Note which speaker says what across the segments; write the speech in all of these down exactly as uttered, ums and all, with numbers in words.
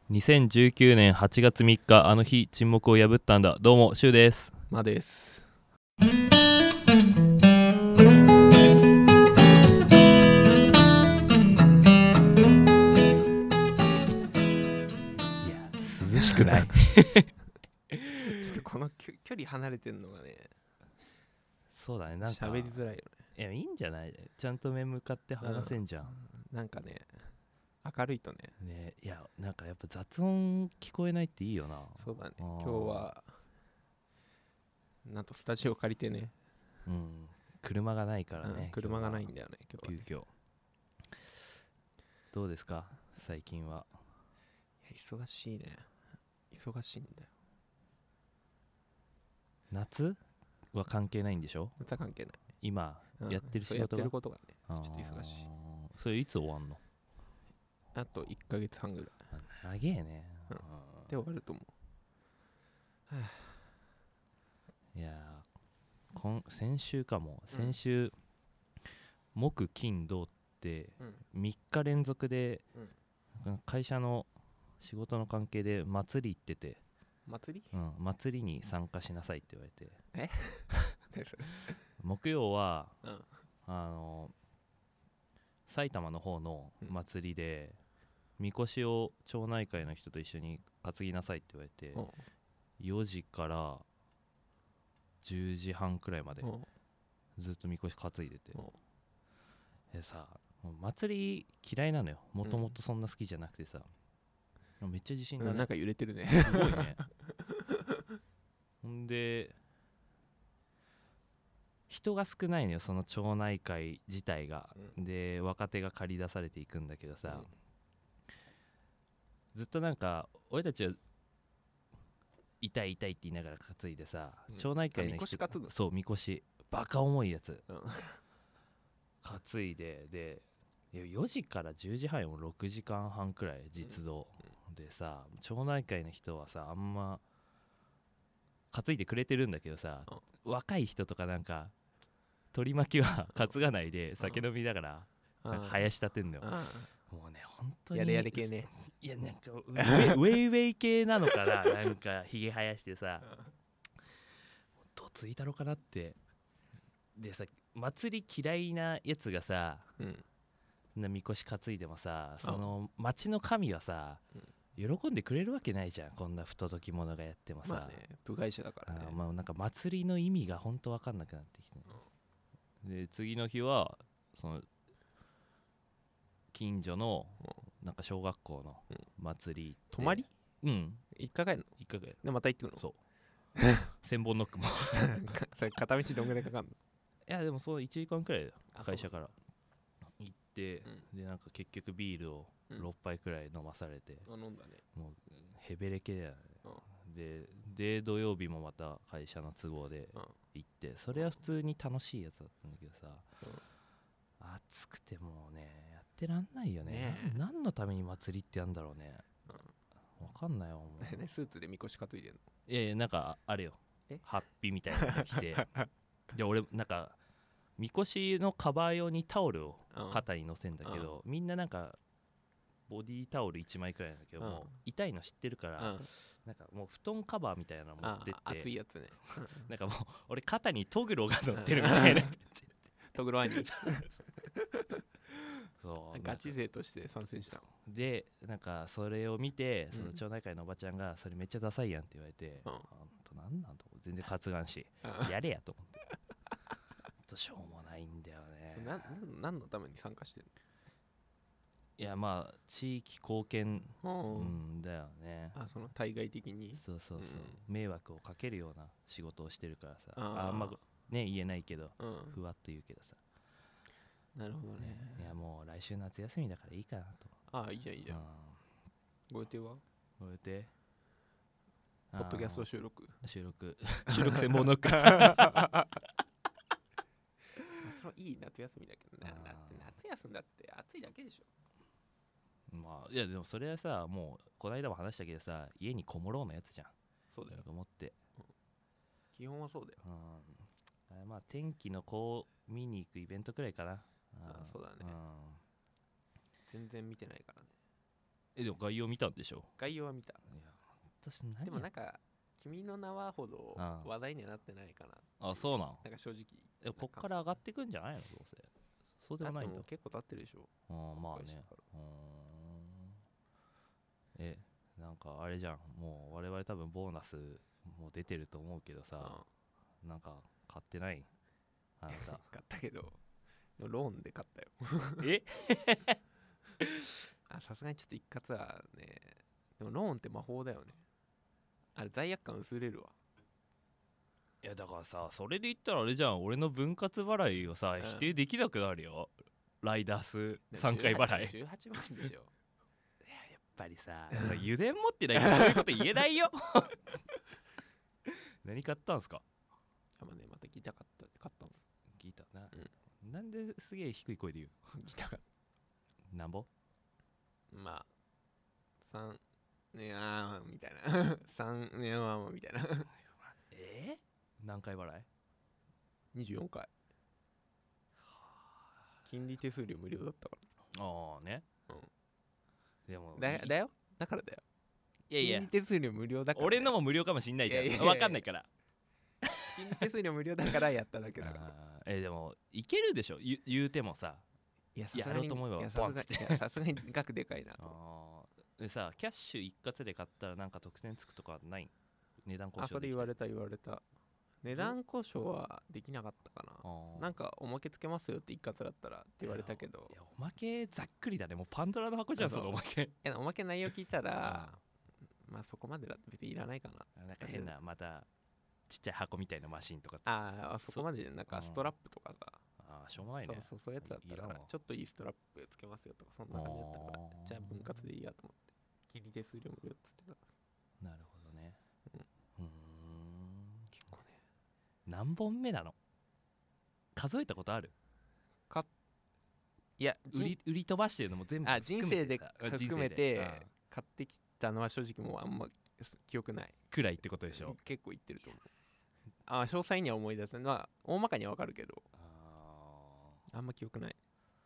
Speaker 1: にせんじゅうきゅうねんはちがつみっか、あの日沈黙を破ったんだ。どうも、シュウです。
Speaker 2: まです。
Speaker 1: いや、涼しくない？
Speaker 2: ちょっとこの距離離れてんのがね、
Speaker 1: そうだね、なんか
Speaker 2: 喋りづらいよ
Speaker 1: いや、いいんじゃない？ちゃんと目向かって話せんじゃん、
Speaker 2: ね。うん、なんかね、明るいとね。
Speaker 1: ね。いや、なんかやっぱ雑音聞こえないっていいよな。
Speaker 2: そうだね。今日はなんとスタジオ借りてね。
Speaker 1: うん。車がないからね。
Speaker 2: うん、車がないんだよね、今日は、ね。
Speaker 1: 急遽。どうですか、最近は。
Speaker 2: いや、忙しいね。忙しいんだよ。
Speaker 1: 夏は関係ないんでしょ？
Speaker 2: 夏は関係ない。
Speaker 1: 今、
Speaker 2: うん、
Speaker 1: やってる仕事が
Speaker 2: やってることがね、ちょっと忙しい。
Speaker 1: それいつ終わんの？
Speaker 2: あといっかげつはんぐらい。
Speaker 1: 長えね。
Speaker 2: うん、で終わると思う。はあ、
Speaker 1: いや今先週かも、うん、先週木金土ってみっか連続で、うん、会社の仕事の関係で祭り行ってて、
Speaker 2: 祭り、
Speaker 1: うん、祭りに参加しなさいって言われて、
Speaker 2: え
Speaker 1: 木曜は、
Speaker 2: うん、
Speaker 1: あの埼玉の方の祭りで、うん、みこしを町内会の人と一緒に担ぎなさいって言われて、うん、よじからじゅうじはんくらいまでずっとみこし担いでて、でさ、祭り嫌いなのよ、もともとそんな好きじゃなくてさ、うん、めっちゃ自信がね、
Speaker 2: うん、なんか揺れてるね、
Speaker 1: すごいね。ほんで人が少ないのよ、その町内会自体が、うん、で若手が駆り出されていくんだけどさ、うん、ずっとなんか俺たちは痛い痛いって言いながら担いでさ、うん、町内会の人、そう、みこしバカ重いやつ、うん、担いで、でよじからじゅうじはんをろくじかんはんくらい実動、うん、でさ、町内会の人はさあんま担いでくれてるんだけどさ、うん、若い人とかなんか取り巻きは担がないで酒飲みながらなんか生やしたてんのよ、うん、もうね本当に
Speaker 2: やれやれ系ね、
Speaker 1: いやなんかウェイウェイウェイ系なのかな、なんかひげ生やしてさ、どついたろかなって。でさ、祭り嫌いなやつがさ、うん、なみこし担いでもさ、その町の神はさ、うん、喜んでくれるわけないじゃん、こんな不届き者がやってもさ、
Speaker 2: まあね、部外者だからね。
Speaker 1: あ、まあ、なんか祭りの意味がほんと分かんなくなってきて、うん、で次の日はその近所のなんか小学校の祭り、
Speaker 2: 泊まり、
Speaker 1: うん、
Speaker 2: いっかかりの
Speaker 1: いっかかり
Speaker 2: でまた行ってくるの？
Speaker 1: そう千本ノックも
Speaker 2: 片道どんぐらいかかんの？
Speaker 1: いやでもそういちじかんくらいだよ、会社から行って、うん、でなんか結局ビールをろっぱいくらい飲まされて、
Speaker 2: うん、あ、飲んだね。
Speaker 1: もうヘベレケだよね、
Speaker 2: うん、
Speaker 1: でで土曜日もまた会社の都合で行って、それは普通に楽しいやつだったんだけどさ、うん、暑くてもうねやってらんないよね。ね、何のために祭りってやんだろうね、うん、わかんないよ。もう
Speaker 2: スーツでみこし担いでんの？
Speaker 1: いやいや、なんかあれよ、ハッピーみたいなの着てで俺なんかみこしのカバー用にタオルを肩に乗せんだけど、うん、みんななんかボディタオルいちまいくらいだけど、うん、もう痛いの知ってるから、うん、なんかもう布団カバーみたいなの持ってって、
Speaker 2: 熱いやつね
Speaker 1: なんかもう俺肩にトグロが乗ってるみたいな
Speaker 2: トグロ兄
Speaker 1: そう
Speaker 2: ガチ勢として参戦したの
Speaker 1: で、なんかそれを見て、その町内会のおばちゃんがそれめっちゃダサいやんって言われて、うん、あんとなんなんと全然担がんしやれやと思ってとしょうもないんだよね。
Speaker 2: な何のために参加してんの？
Speaker 1: いやまあ地域貢献、うん、だよね。
Speaker 2: あ、その対外的に
Speaker 1: そうそうそう、うん、迷惑をかけるような仕事をしてるからさ、あ, あんまね言えないけど、うん、ふわっと言うけどさ。
Speaker 2: なるほどね。
Speaker 1: いやもう来週夏休みだからいいかなと。
Speaker 2: ああ、いいじゃんいいじゃん、うん、ご予定は？
Speaker 1: ご予定
Speaker 2: ポッドキャスト収録
Speaker 1: 収録収録専門のか
Speaker 2: そのいい夏休みだけどね。だって夏休みだって暑いだけでしょ。
Speaker 1: まあいやでもそれはさ、もうこの間も話したけどさ、家にこもろうのやつじゃん。
Speaker 2: そうだよ
Speaker 1: と思って、
Speaker 2: うん、基本はそうだよ、
Speaker 1: うん、まあ天気の子を見に行くイベントくらいかな。
Speaker 2: ああ、そうだね、うん、全然見てないからね。
Speaker 1: えでも概要見たんでしょ。
Speaker 2: 概要は見た。
Speaker 1: いや私何や
Speaker 2: でもなんか君の名はほど
Speaker 1: ああ
Speaker 2: 話題にはなってないかな。
Speaker 1: あそうなん。
Speaker 2: なんか正直
Speaker 1: えこっから上がってくんじゃないのどうせ。そうでもないんだ。
Speaker 2: だってもう結構経ってるでしょ。
Speaker 1: あまあね。うーんえなんかあれじゃん、もう我々多分ボーナスもう出てると思うけどさ、
Speaker 2: うん
Speaker 1: なんか買ってないあなた。
Speaker 2: 買ったけどでもローンで買ったよ。
Speaker 1: え
Speaker 2: あさすがにちょっと一括はね。でもローンって魔法だよね。あれ罪悪感薄れるわ。
Speaker 1: いやだからさ、それで言ったらあれじゃん、俺の分割払いをさ、
Speaker 2: うん
Speaker 1: 否定できなくなるよ。ライダースさんかい払い。
Speaker 2: じゅうはちまんでしょ。
Speaker 1: やっぱりさ、油田持ってないからそういうこと言えないよ。何買ったんすか。
Speaker 2: あまあね、またギター買った買ったんです。
Speaker 1: ギターな、
Speaker 2: うん、
Speaker 1: なんですげえ低い声で言う。
Speaker 2: ギター買っ
Speaker 1: なんぼ
Speaker 2: た。まあさんねあーみたいな。さんねあーみたいな。
Speaker 1: えー、何回払い。
Speaker 2: にじゅうよんかい。金利手数料無料だったか
Speaker 1: ああね、
Speaker 2: うん、
Speaker 1: でも
Speaker 2: だだよだからだよ。
Speaker 1: いやいや
Speaker 2: 金利手数料無料だから
Speaker 1: 俺のも無料かもしんないじゃん。
Speaker 2: いやいやいや
Speaker 1: 分かんないから。
Speaker 2: 金利手数料無料だからやっただけだから。
Speaker 1: あーえでもいけるでしょ、言言うてもさ。
Speaker 2: いや
Speaker 1: やろうと思えば
Speaker 2: いや
Speaker 1: ポンっつって
Speaker 2: さすがいやさすがに額でかいなと。
Speaker 1: あーでさ、キャッシュ一括で買ったらなんか特典つくとかない値段交渉
Speaker 2: あそれ言われた言われた。値段交渉はできなかったかな。なんかおまけつけますよって一括だったらって言われたけど、
Speaker 1: いやおまけざっくりだね。もうパンドラの箱じゃんそのおまけ。
Speaker 2: いやおまけ内容聞いたらまあそこまでだって別にいらないかな。
Speaker 1: なんか変なまたちっちゃい箱みたいなマシンとか。
Speaker 2: ああそこまでなんかストラップとかさ、
Speaker 1: ああしょうもないね。
Speaker 2: そうそうそういうやつだったらちょっといいストラップつけますよとかそんな感じだったから、じゃあ分割でいいやと思って金利手数料無料っつってた。
Speaker 1: なるほどね。うん、うーん結構ね。何本目なの数えたことある。
Speaker 2: かいや
Speaker 1: 売り売り飛ばしてるのも全部
Speaker 2: あ人生で
Speaker 1: さ
Speaker 2: 含めて買ってきたのは正直もうあんま記憶ない。
Speaker 1: くらいってことでしょ。
Speaker 2: 結構いってると思う。あ詳細には思い出せない。まあ大まかにはわかるけどあんま記憶ない。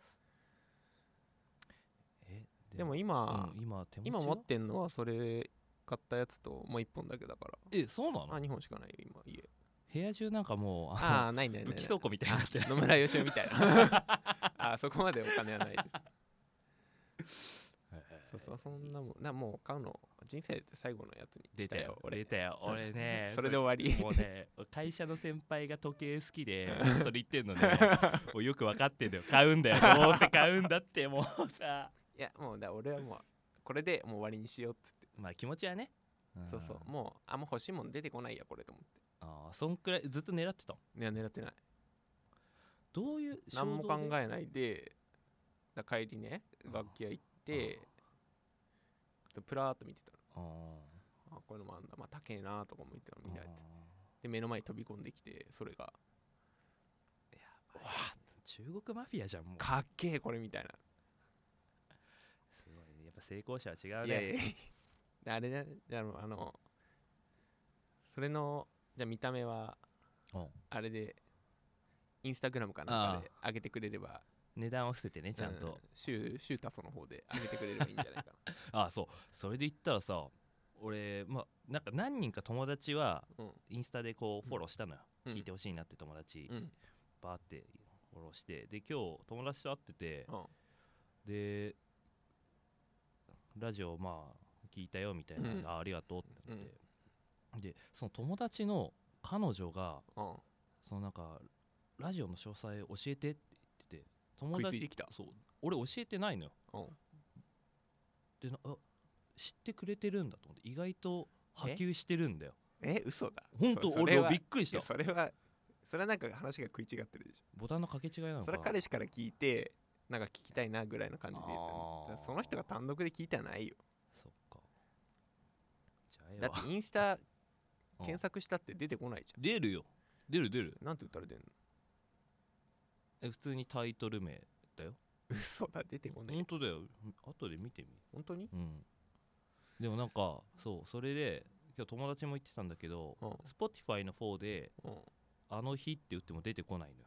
Speaker 1: え
Speaker 2: でも今、
Speaker 1: うん、今手持ち
Speaker 2: 今持ってんのはそれ買ったやつともういっぽんだけだから。
Speaker 1: えそうなの。
Speaker 2: あにほんしかないよ今家。
Speaker 1: 部屋中なんかもう
Speaker 2: ああないないないない
Speaker 1: 武器倉庫みたいになってる。
Speaker 2: 野村義雄みたいな。あそこまでお金はないです。そうそうそんなもんな。もう買うの人生で最後のやつにしたよ俺。
Speaker 1: 出たよ俺ね。
Speaker 2: それで終わり。
Speaker 1: もうね会社の先輩が時計好きでそれ言ってんのね。もうよく分かってんだよ。買うんだよ。どうせ買うんだってもうさ。
Speaker 2: いやもうだ俺はもうこれでもう終わりにしようっつって。
Speaker 1: まあ気持ちはね。
Speaker 2: そうそうもうあんま欲しいもん出てこないやこれと思って。
Speaker 1: ああそんくらいずっと狙ってた。い
Speaker 2: や狙ってない。
Speaker 1: どういう
Speaker 2: 何も考えないでだ帰りね楽器屋行ってプラーっと見てたの。ああこういうのもあんだ。まあ高えなとかも言ってたの見られてで目の前に飛び込んできてそれが
Speaker 1: やばいわ中国マフィアじゃんもう。
Speaker 2: かっけえこれみたいな。
Speaker 1: すごいねやっぱ成功者は違うね。
Speaker 2: いやいやいやあれねあのあのそれのじゃあ見た目はあれでインスタグラムかなんかで上げてくれれば
Speaker 1: 値段を伏せてねちゃんと、うん、
Speaker 2: シュシュータソの方で上げてくれればいいんじゃないかな。
Speaker 1: ああそうそれで言ったらさ俺まあなんか何人か友達はインスタでこうフォローしたのよ、うん、聞いてほしいなって友達、うん、バーってフォローしてで今日友達と会ってて、うん、でラジオまあ聞いたよみたいな、うん、あ, ありがとうって言って、うん、でその友達の彼女が、うん、そのなんかラジオの詳細教えてって言ってて
Speaker 2: 友達食いついてきた。
Speaker 1: そう俺教えてないのよ、うん、でなあ知ってくれてるんだと思って意外と波及してるんだよ。
Speaker 2: ええ嘘だ
Speaker 1: 本当俺はびっくりした。
Speaker 2: それはそれはなんか話が食い違ってるでしょ。
Speaker 1: ボタンの掛け違いなのかな。
Speaker 2: それは彼氏から聞いてなんか聞きたいなぐらいの感じで言ったの。その人が単独で聞いてはないよ。
Speaker 1: そっかじゃあ
Speaker 2: だってインスタ検索したって出てこないじゃん。
Speaker 1: 出るよ出る出る。
Speaker 2: なんて言ったら出んの。
Speaker 1: え普通にタイトル名だよ。
Speaker 2: 嘘だ出てこない。
Speaker 1: 本当だよ後で見てみ。
Speaker 2: 本当に。
Speaker 1: うんでもなんかそうそれで今日友達も言ってたんだけど、うん、Spotify の方で、うん、あの日って言っても出てこないのよ。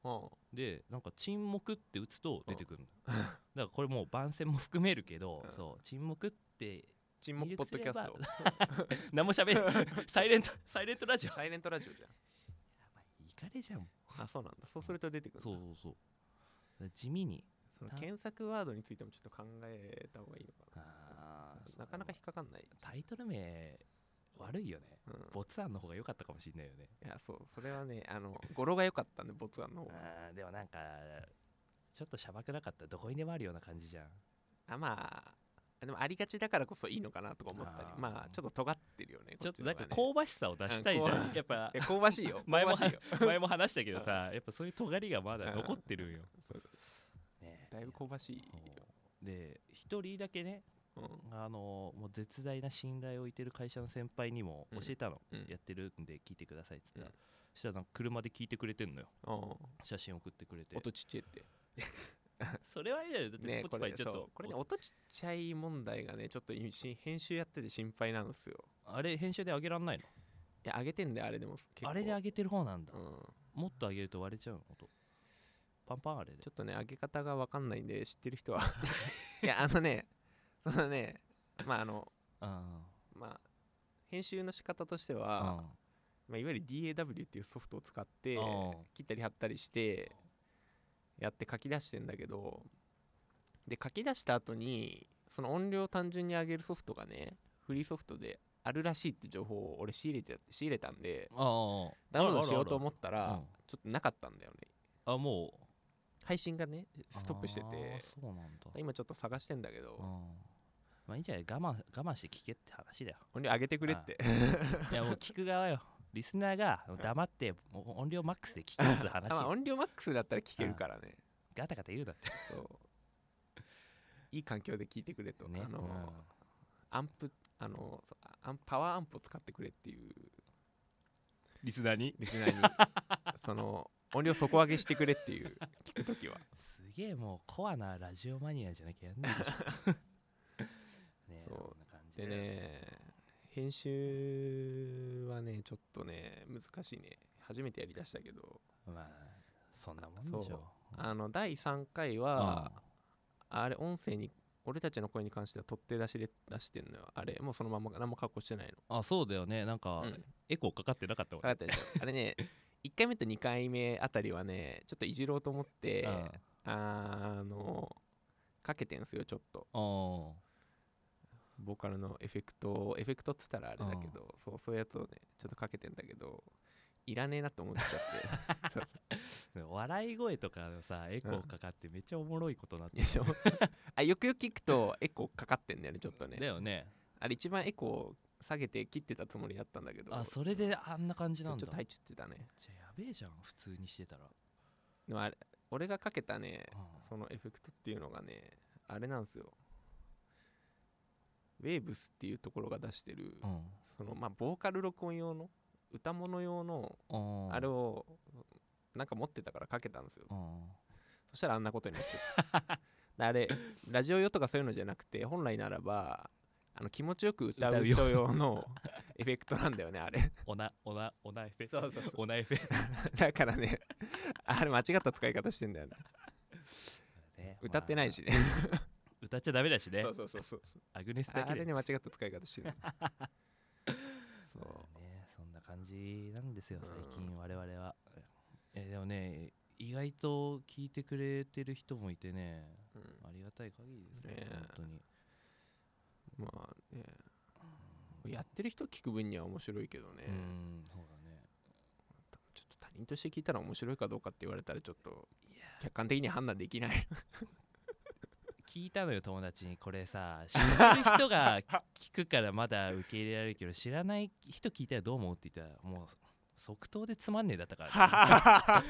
Speaker 1: でなんか沈黙って打つと出てくるのだからこれもう番宣も含めるけど、そう沈黙って
Speaker 2: 沈黙ポッドキャスト
Speaker 1: 何も喋るサイレントサイレントラジオ
Speaker 2: サイレントラジオじゃん。
Speaker 1: やばいイカレじゃん。
Speaker 2: あ、そうなんだ。そうすると出てくる。
Speaker 1: そうそうそう。地味に
Speaker 2: その検索ワードについてもちょっと考えた方がいいのかな。あなかなか引っかかんない。
Speaker 1: タイトル名悪いよね、うん、ボツワンの方が良かったかもしれないよね。
Speaker 2: いや、そうそれはね、あの語呂が良かったんでボツワンの方が。
Speaker 1: あでもなんかちょっとしゃばくなかったらどこにでもあるような感じじゃん。
Speaker 2: あまあでもありがちだからこそいいのかなとか思ったり、あまあちょっと尖ってるよね。
Speaker 1: ちょっとなんか香ばしさを出したいじゃん、うん、やっぱ
Speaker 2: いや香ばしいよ
Speaker 1: 前も前も話したけどさ、やっぱそういう尖りがまだ残ってるんよ、
Speaker 2: ね、だいぶ香ばしいよ。
Speaker 1: で一人だけね、うん、あのもう絶大な信頼を置いてる会社の先輩にも教えたの、うん、やってるんで聞いてくださいっつったら、うん、そしたらなんか車で聞いてくれてんのよ、うん、写真送ってくれて。
Speaker 2: 音ちっちゃいって
Speaker 1: それはいいよ。だって Spotify ちょっと、
Speaker 2: ね、これね音ちっちゃい問題がねちょっと編集やってて心配なんですよ。
Speaker 1: あれ編集で上げらんないの？い
Speaker 2: や上げてんだよあれでも結構。
Speaker 1: あれで上げてる方なんだ、うん、もっと上げると割れちゃうの音パンパンあれで。
Speaker 2: ちょっとね上げ方が分かんないんで知ってる人はいやあのねそのねまああのあまあ編集の仕方としては、まあ、いわゆる ディーエーダブリュー っていうソフトを使って切ったり貼ったりしてやって書き出してんだけど、で書き出した後にその音量を単純に上げるソフトがねフリーソフトであるらしいって情報を俺仕入れて仕入れたんでダウンロードしようと思ったらちょっとなかったんだよね。
Speaker 1: あもう
Speaker 2: 配信がねストップしてて、
Speaker 1: そうなんだ。
Speaker 2: 今ちょっと探してんだけど、
Speaker 1: まあいいんじゃない、我慢我慢して聞けって話だよ。
Speaker 2: 音量上げてくれって
Speaker 1: いやもう聞く側よリスナーが黙って音量マックスで聞くって話
Speaker 2: まあ音量マックスだったら聞けるからね。
Speaker 1: ガタガタ言うだって
Speaker 2: そういい環境で聞いてくれと、ね、あの、うん、アンプあのアンパワーアンプを使ってくれっていう
Speaker 1: リスナーに
Speaker 2: リスナーにその音量底上げしてくれっていう聞くときは
Speaker 1: すげえもうコアなラジオマニアじゃなきゃやんないでしょね、
Speaker 2: そうそんな感じでね編集はねちょっとね難しいね。初めてやりだしたけど
Speaker 1: まあそんなもんでしょ。
Speaker 2: あのだいさんかいは、うん、あれ音声に俺たちの声に関しては取って出しで出してんのよ。あれもうそのまま何も加工してないの。
Speaker 1: あそうだよね。なんか、うん、エコーかかってなかったもん
Speaker 2: ね。かかってないでしょあれねいっかいめとにかいめあたりはねちょっといじろうと思って、うん、あのかけてんすよちょっとボーカルのエフェクトエフェクトっつったらあれだけど、そうそういうやつをねちょっとかけてんだけどいらねえなって思っちゃって
Speaker 1: 笑い声とかのさエコーかかってめっちゃおもろいことになってる、
Speaker 2: うん、あよくよく聞くとエコーかかってんだよねちょっとね。
Speaker 1: だよね。
Speaker 2: あれ一番エコー下げて切ってたつもりだったんだけど、
Speaker 1: あそれであんな感じなんだ。
Speaker 2: ちょっと入っちゃってたね。
Speaker 1: じゃあやべえじゃん普通にしてたら。
Speaker 2: でもあれ俺がかけたね、うん、そのエフェクトっていうのがねあれなんですよ。ウェーブスっていうところが出してる、うん、そのまあボーカル録音用の歌物用のあれをなんか持ってたからかけたんですよ。そしたらあんなことになっちゃったあれラジオ用とかそういうのじゃなくて本来ならばあの気持ちよく歌う人用のエフェクトなんだよねあれ
Speaker 1: オナオナオナエフェ。
Speaker 2: そうそうそう
Speaker 1: オナエフェ
Speaker 2: だからねあれ間違った使い方してんだよねね歌ってないしね
Speaker 1: 歌っちゃダメだしね。
Speaker 2: そうそうそうそう
Speaker 1: アグネスだけで
Speaker 2: あれね間違った使い方してる
Speaker 1: そうねそんな感じなんですよ最近我々は。えでもね意外と聞いてくれてる人もいてね、うん、ありがたい限りですねね本当に。
Speaker 2: まあね、うん、やってる人聞く分には面白いけどね。
Speaker 1: うんそうだね。
Speaker 2: ちょっと他人として聞いたら面白いかどうかって言われたらちょっと客観的に判断できない
Speaker 1: 聞いたのよ友達に。これさ知ってる人が聞くからまだ受け入れられるけど知らない人聞いたらどう思うって言ったらもう即答でつまんねえだったから、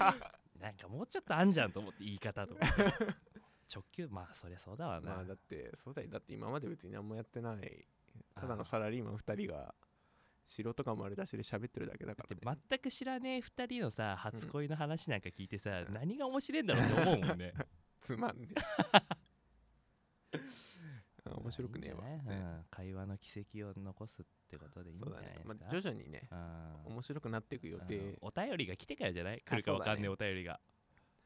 Speaker 1: ね、なんかもうちょっとあんじゃんと思って言い方とか直球まあそりゃそうだわな。
Speaker 2: まあだってそうだよ。だって今まで別に何もやってないただのサラリーマンふたりが素人感丸出しで喋ってるだけだから、
Speaker 1: ね、全く知らねえふたりのさ初恋の話なんか聞いてさ、うん、何が面白いんだろうって思うもんね
Speaker 2: つまんねえ面白くねえわ、ね
Speaker 1: うん、会話の軌跡を残すってことでいいんじゃないですか。
Speaker 2: そうだね、まあ、徐々にね面白くなっていく予定、
Speaker 1: お便りが来てからじゃない来るか分かんねえお便りが。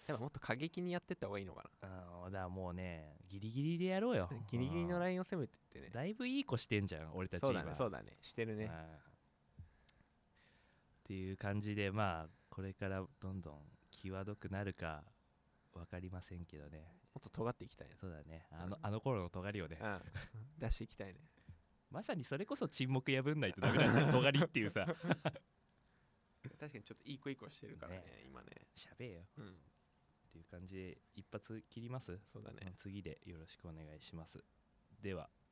Speaker 2: やっぱもっと過激にやってった方がいいのかな。
Speaker 1: あだからもうねギリギリでやろうよ。
Speaker 2: ギリギリのラインを攻めてってね。
Speaker 1: だいぶいい子してんじゃん俺たち今。
Speaker 2: そうだねそうだねしてるね。
Speaker 1: っていう感じでまあこれからどんどん際どくなるか分かりませんけどね。
Speaker 2: もっと尖っていきたいね。
Speaker 1: そうだねあの、うん、あの頃の尖りをね、
Speaker 2: うん、出していきたいね。
Speaker 1: まさにそれこそ沈黙破んないとダメなんだよ尖りっていうさ確か
Speaker 2: にちょっといい子いい子してるからね、ね今ね。
Speaker 1: しゃべえよ、うん、っていう感じで一発切ります。
Speaker 2: そうだね。
Speaker 1: 次でよろしくお願いします。では。